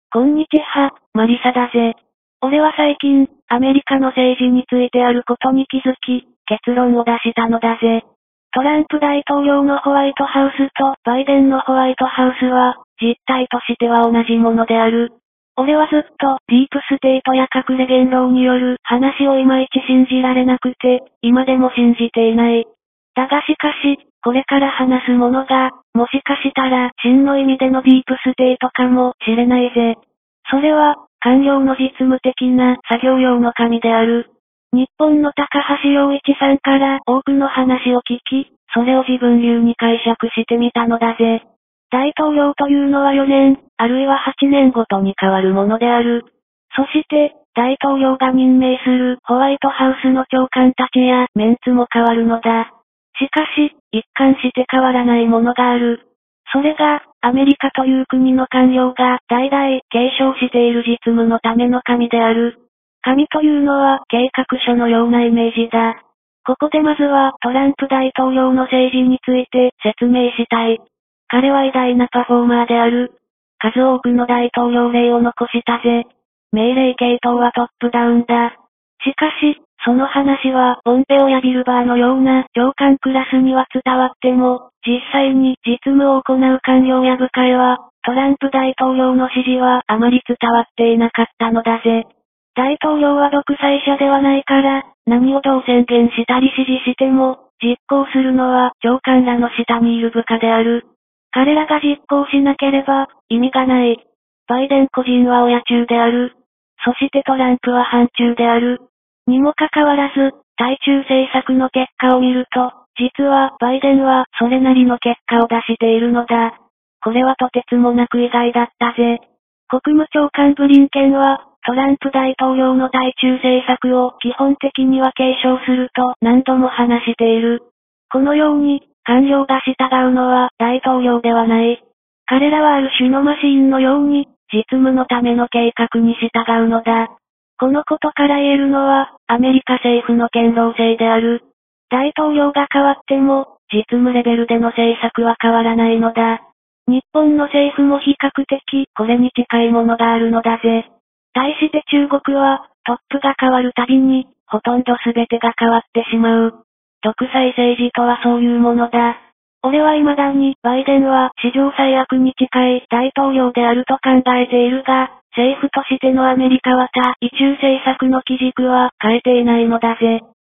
こんにちは、マリサだぜ。俺は最近、アメリカの政治についてあることに気づき、結論を出したのだぜ。トランプ大統領のホワイトハウスとバイデンのホワイトハウスは、実態としては同じものである。俺はずっと、ディープステートや隠れ言論による話をいまいち信じられなくて、今でも信じていない。だがしかし、これから話すものが、もしかしたら真の意味でのディープステートかもしれないぜ。それは、官僚の実務的な作業用の紙である。日本の高橋洋一さんから多くの話を聞き、それを自分流に解釈してみたのだぜ。大統領というのは4年、あるいは8年ごとに変わるものである。そして、大統領が任命するホワイトハウスの長官たちやメンツも変わるのだ。しかし、一貫して変わらないものがある。それが、アメリカという国の官僚が代々継承している実務のための紙である。紙というのは計画書のようなイメージだ。ここでまずはトランプ大統領の政治について説明したい。彼は偉大なパフォーマーである。数多くの大統領令を残したぜ。命令系統はトップダウンだ。しかし、その話はポンペオやビルバーのような長官クラスには伝わっても、実際に実務を行う官僚や部会は、トランプ大統領の指示はあまり伝わっていなかったのだぜ。大統領は独裁者ではないから、何をどう宣言したり指示しても、実行するのは長官らの下にいる部下である。彼らが実行しなければ、意味がない。バイデン個人は親中である。そしてトランプは反中である。にもかかわらず、対中政策の結果を見ると、実はバイデンはそれなりの結果を出しているのだ。これはとてつもなく意外だったぜ。国務長官ブリンケンは、トランプ大統領の対中政策を基本的には継承すると何度も話している。このように、官僚が従うのは大統領ではない。彼らはある種のマシーンのように、実務のための計画に従うのだ。このことから言えるのは、アメリカ政府の堅牢性である。大統領が変わっても、実務レベルでの政策は変わらないのだ。日本の政府も比較的、これに近いものがあるのだぜ。対して中国は、トップが変わるたびに、ほとんど全てが変わってしまう。独裁政治とはそういうものだ。俺は未だに、バイデンは史上最悪に近い大統領であると考えているが、政府としてのアメリカは対中政策の基軸は変えていないのだぜ。